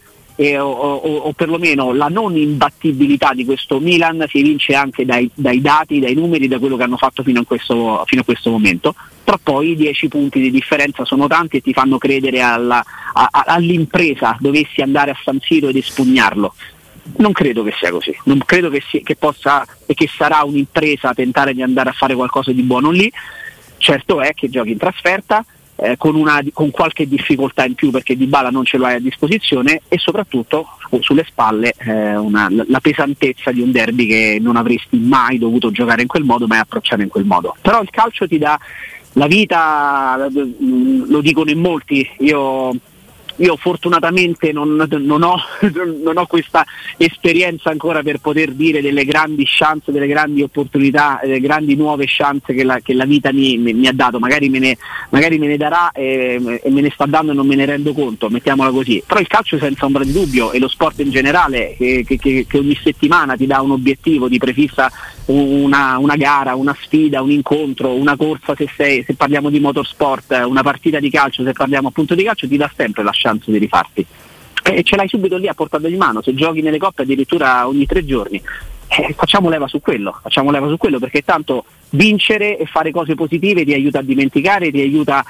o perlomeno la non imbattibilità di questo Milan si evince anche dai dati, dai numeri, da quello che hanno fatto fino a questo momento. Però poi i 10 punti di differenza sono tanti e ti fanno credere all'impresa, dovessi andare a San Siro ed espugnarlo. Non credo che sia così, non credo che possa e che sarà un'impresa tentare di andare a fare qualcosa di buono lì. Certo è che giochi in trasferta, con qualche difficoltà in più perché Dybala non ce lo hai a disposizione, e soprattutto sulle spalle la pesantezza di un derby che non avresti mai dovuto giocare in quel modo, mai approcciare in quel modo. Però il calcio ti dà la vita, lo dicono in molti. Io fortunatamente non ho questa esperienza ancora per poter dire delle grandi chance, delle grandi opportunità, delle grandi nuove chance che la vita mi ha dato. Magari me ne darà e me ne sta dando e non me ne rendo conto, mettiamola così. Però il calcio senza ombra di dubbio, e lo sport in generale, che ogni settimana ti dà un obiettivo, ti prefissa una gara, una sfida, un incontro, una corsa se parliamo di motorsport, una partita di calcio se parliamo appunto di calcio, ti dà sempre la chance di rifarti, e ce l'hai subito lì a portata di mano. Se giochi nelle coppe addirittura ogni 3 giorni, facciamo leva su quello, perché tanto vincere e fare cose positive ti aiuta a dimenticare, ti aiuta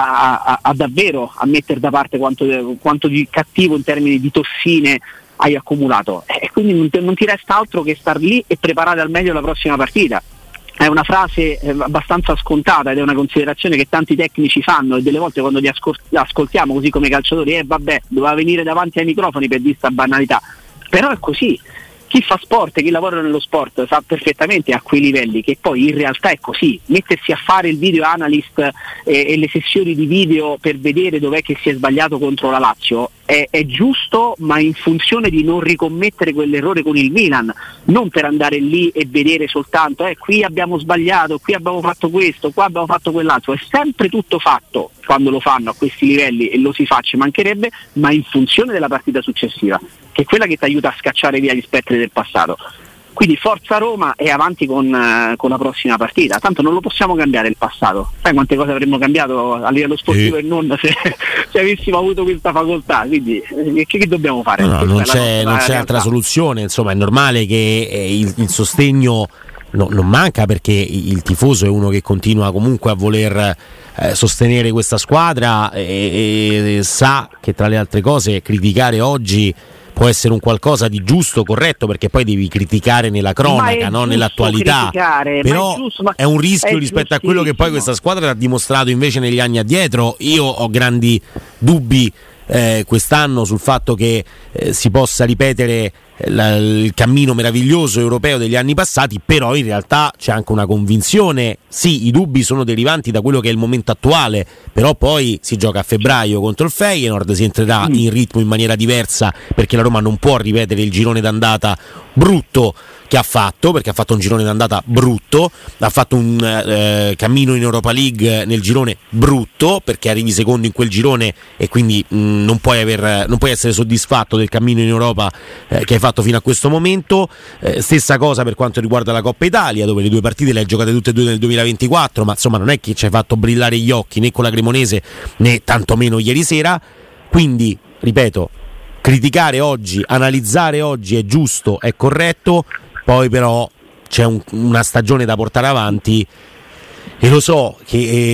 a davvero a mettere da parte quanto di cattivo in termini di tossine hai accumulato, e quindi non ti resta altro che star lì e preparare al meglio la prossima partita. È una frase abbastanza scontata ed è una considerazione che tanti tecnici fanno, e delle volte quando li ascoltiamo così come calciatori, vabbè, doveva venire davanti ai microfoni per dire sta banalità, però è così. Chi fa sport, chi lavora nello sport sa perfettamente a quei livelli che poi in realtà è così. Mettersi a fare il video analyst e le sessioni di video per vedere dov'è che si è sbagliato contro la Lazio è giusto, ma in funzione di non ricommettere quell'errore con il Milan, non per andare lì e vedere soltanto qui abbiamo sbagliato, qui abbiamo fatto questo, qua abbiamo fatto quell'altro. È sempre tutto fatto quando lo fanno a questi livelli, e lo si fa, ci mancherebbe, ma in funzione della partita successiva, che è quella che ti aiuta a scacciare via gli spettri del passato. Quindi forza Roma e avanti con la prossima partita. Tanto non lo possiamo cambiare il passato. Sai quante cose avremmo cambiato a livello sportivo e non se avessimo avuto questa facoltà. Quindi che dobbiamo fare? No, non c'è altra soluzione. Insomma, è normale che il sostegno non manca, perché il tifoso è uno che continua comunque a voler sostenere questa squadra e sa che, tra le altre cose, criticare oggi può essere un qualcosa di giusto, corretto, perché poi devi criticare nella cronaca, non nell'attualità. Però è un rischio rispetto a quello che poi questa squadra ha dimostrato invece negli anni addietro. Io ho grandi dubbi quest'anno sul fatto che si possa ripetere il cammino meraviglioso europeo degli anni passati, però in realtà c'è anche una convinzione, sì, i dubbi sono derivanti da quello che è il momento attuale, però poi si gioca a febbraio contro il Feyenoord, si entrerà in ritmo in maniera diversa perché la Roma non può ripetere il girone d'andata brutto che ha fatto, perché ha fatto un girone d'andata brutto, ha fatto un cammino in Europa League nel girone brutto, perché arrivi secondo in quel girone e quindi non puoi essere soddisfatto del cammino in Europa che hai fatto fino a questo momento. Stessa cosa per quanto riguarda la Coppa Italia, dove le due partite le hai giocate tutte e due nel 2024, ma insomma non è che ci hai fatto brillare gli occhi né con la Cremonese né tantomeno ieri sera. Quindi, ripeto, criticare oggi, analizzare oggi è giusto, è corretto, poi però c'è una stagione da portare avanti e lo so che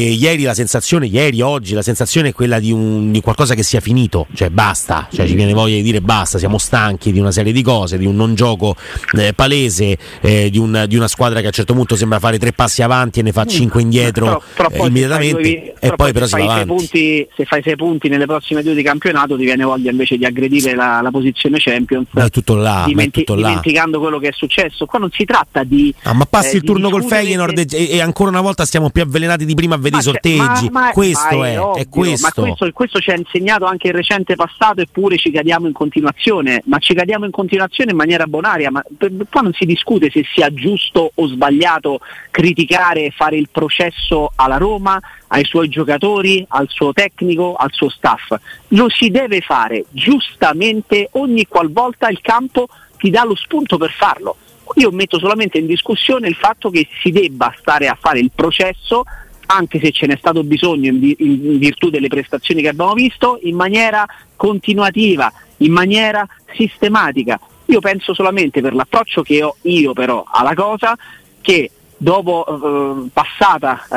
oggi la sensazione è quella di qualcosa che sia finito, cioè basta, cioè ci viene voglia di dire basta, siamo stanchi di una serie di cose, di un non gioco palese, di una squadra che a un certo punto sembra fare 3 passi avanti e ne fa 5 indietro immediatamente, e poi però si va avanti. Se fai 6 punti nelle prossime 2 di campionato ti viene voglia invece di aggredire la posizione Champions, ma è tutto là, dimenticando quello che è successo. Qua non si tratta di ma passi il turno col Feyenoord e ancora una volta stiamo più avvelenati di prima a vedere i sorteggi. Questo è questo. Ma questo ci ha insegnato anche il recente passato, eppure ci cadiamo in continuazione, ma ci cadiamo in continuazione in maniera bonaria. Ma qua non si discute se sia giusto o sbagliato criticare e fare il processo alla Roma, ai suoi giocatori, al suo tecnico, al suo staff. Lo si deve fare giustamente ogni qualvolta il campo ti dà lo spunto per farlo. Io metto solamente in discussione il fatto che si debba stare a fare il processo, anche se ce n'è stato bisogno in virtù delle prestazioni che abbiamo visto, in maniera continuativa, in maniera sistematica. Io penso solamente, per l'approccio che ho io però alla cosa, che dopo passata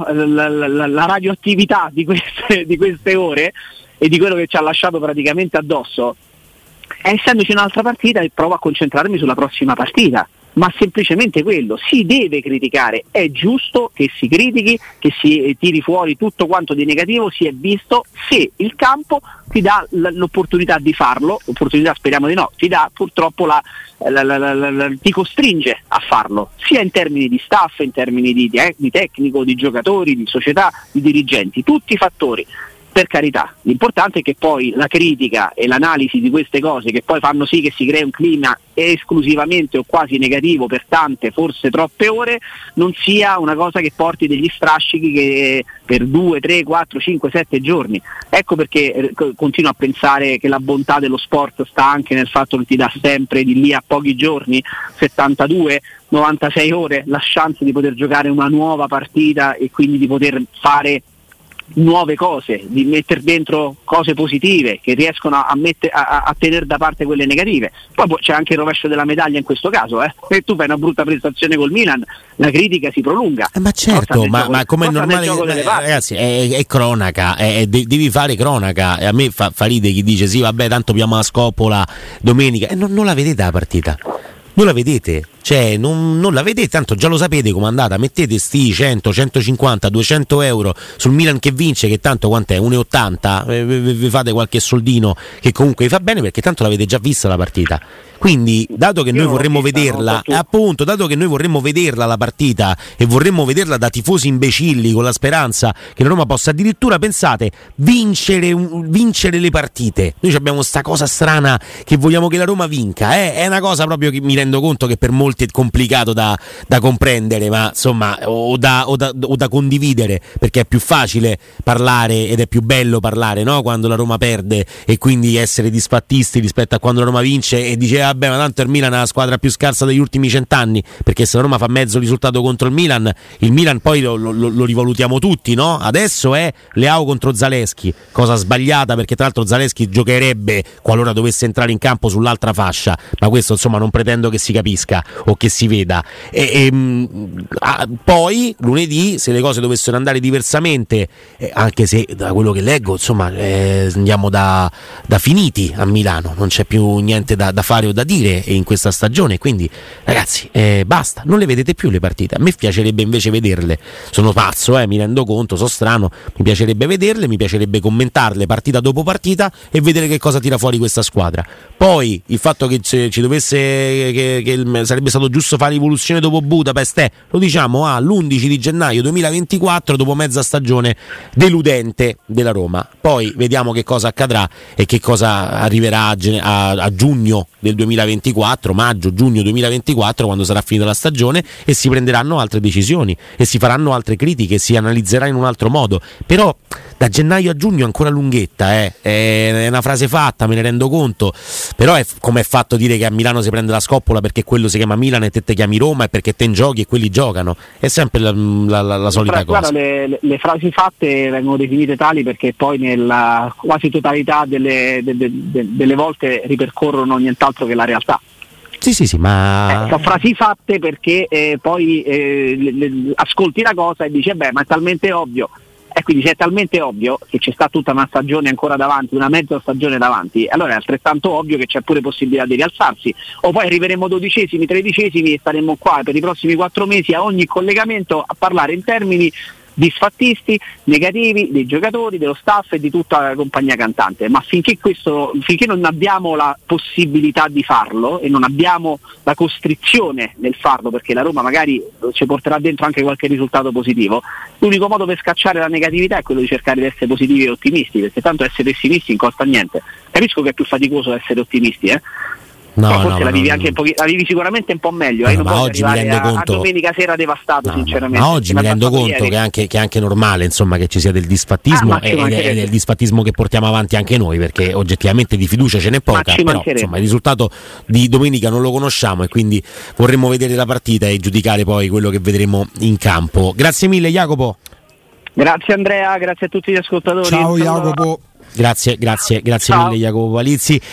la radioattività di queste ore e di quello che ci ha lasciato praticamente addosso, essendoci un'altra partita, provo a concentrarmi sulla prossima partita, ma semplicemente quello. Si deve criticare, è giusto che si critichi, che si tiri fuori tutto quanto di negativo si è visto, se il campo ti dà l'opportunità di farlo, opportunità speriamo di no, ti dà purtroppo ti costringe a farlo, sia in termini di staff, in termini di tecnico, di giocatori, di società, di dirigenti, tutti i fattori. Per carità, l'importante è che poi la critica e l'analisi di queste cose, che poi fanno sì che si crea un clima esclusivamente o quasi negativo per tante, forse troppe ore, non sia una cosa che porti degli strascichi che per 2, 3, 4, 5, 7 giorni. Ecco perché continuo a pensare che la bontà dello sport sta anche nel fatto che ti dà sempre di lì a pochi giorni, 72, 96 ore, la chance di poter giocare una nuova partita e quindi di poter fare nuove cose, di mettere dentro cose positive che riescono a tenere da parte quelle negative. Poi c'è anche il rovescio della medaglia in questo caso, se tu fai una brutta prestazione col Milan la critica si prolunga. Ma certo, ma come è normale, ragazzi, è cronaca, devi fare cronaca, e a me fa ride chi dice sì vabbè tanto abbiamo la scopola domenica, e non la vedete la partita, non la vedete, cioè non la vedete, tanto già lo sapete com'è andata, mettete sti 100, 150, 200 euro sul Milan che vince, che tanto quant'è, 1,80, vi fate qualche soldino che comunque vi fa bene, perché tanto l'avete già vista la partita. Quindi, dato che noi vorremmo vederla, appunto, dato che noi vorremmo vederla la partita e vorremmo vederla da tifosi imbecilli, con la speranza che la Roma possa addirittura, pensate, vincere le partite. Noi abbiamo sta cosa strana che vogliamo che la Roma vinca, è una cosa proprio che mi rendo conto che per molti è complicato da comprendere, ma insomma, o da condividere, perché è più facile parlare ed è più bello parlare, no? Quando la Roma perde, e quindi essere disfattisti rispetto a quando la Roma vince e dice vabbè ma tanto il Milan è la squadra più scarsa degli ultimi 100 anni, perché se la Roma fa mezzo risultato contro il Milan poi lo rivalutiamo tutti, no? Adesso è Leao contro Zalewski, cosa sbagliata, perché tra l'altro Zalewski giocherebbe qualora dovesse entrare in campo sull'altra fascia, ma questo insomma non pretendo che che si capisca o che si veda. Poi lunedì, se le cose dovessero andare diversamente, anche se da quello che leggo, insomma, andiamo da finiti a Milano, non c'è più niente da fare o da dire in questa stagione, quindi ragazzi, basta, non le vedete più le partite. A me piacerebbe invece vederle, sono pazzo, mi rendo conto, so strano, mi piacerebbe vederle, mi piacerebbe commentarle partita dopo partita e vedere che cosa tira fuori questa squadra. Poi il fatto che ci dovesse che sarebbe stato giusto fare rivoluzione dopo Budapest, lo diciamo all'11 di gennaio 2024, dopo mezza stagione deludente della Roma. Poi vediamo che cosa accadrà e che cosa arriverà a giugno del 2024, maggio-giugno 2024, quando sarà finita la stagione, e si prenderanno altre decisioni e si faranno altre critiche, si analizzerà in un altro modo. Però da gennaio a giugno è ancora lunghetta, è una frase fatta, me ne rendo conto, però è come è fatto dire che a Milano si prende la scoppola perché quello si chiama Milan e te chiami Roma, e perché te giochi e quelli giocano, è sempre la solita cosa. Guarda, le frasi fatte vengono definite tali perché poi nella quasi totalità delle volte ripercorrono nient'altro che la realtà. Sì, ma sono frasi fatte perché poi ascolti la cosa e dici ma è talmente ovvio. E quindi se è talmente ovvio che ci sta tutta una stagione ancora davanti, una mezza stagione davanti, allora è altrettanto ovvio che c'è pure possibilità di rialzarsi, o poi arriveremo 12esimi, 13esimi e staremo qua per i prossimi 4 mesi a ogni collegamento a parlare in termini disfattisti, negativi dei giocatori, dello staff e di tutta la compagnia cantante. Ma finché non abbiamo la possibilità di farlo e non abbiamo la costrizione nel farlo, perché la Roma magari ci porterà dentro anche qualche risultato positivo, l'unico modo per scacciare la negatività è quello di cercare di essere positivi e ottimisti, perché tanto essere pessimisti non costa niente. Capisco che è più faticoso essere ottimisti, forse la vivi sicuramente un po' meglio, non ma oggi mi rendo conto, a domenica sera devastato, sinceramente. Ma oggi mi rendo conto che è anche normale, insomma, che ci sia del disfattismo e del disfattismo che portiamo avanti anche noi, perché oggettivamente di fiducia ce n'è poca, però insomma il risultato di domenica non lo conosciamo e quindi vorremmo vedere la partita e giudicare poi quello che vedremo in campo. Grazie mille Jacopo. Grazie Andrea, grazie a tutti gli ascoltatori. Ciao Jacopo. Grazie mille Jacopo Palizzi.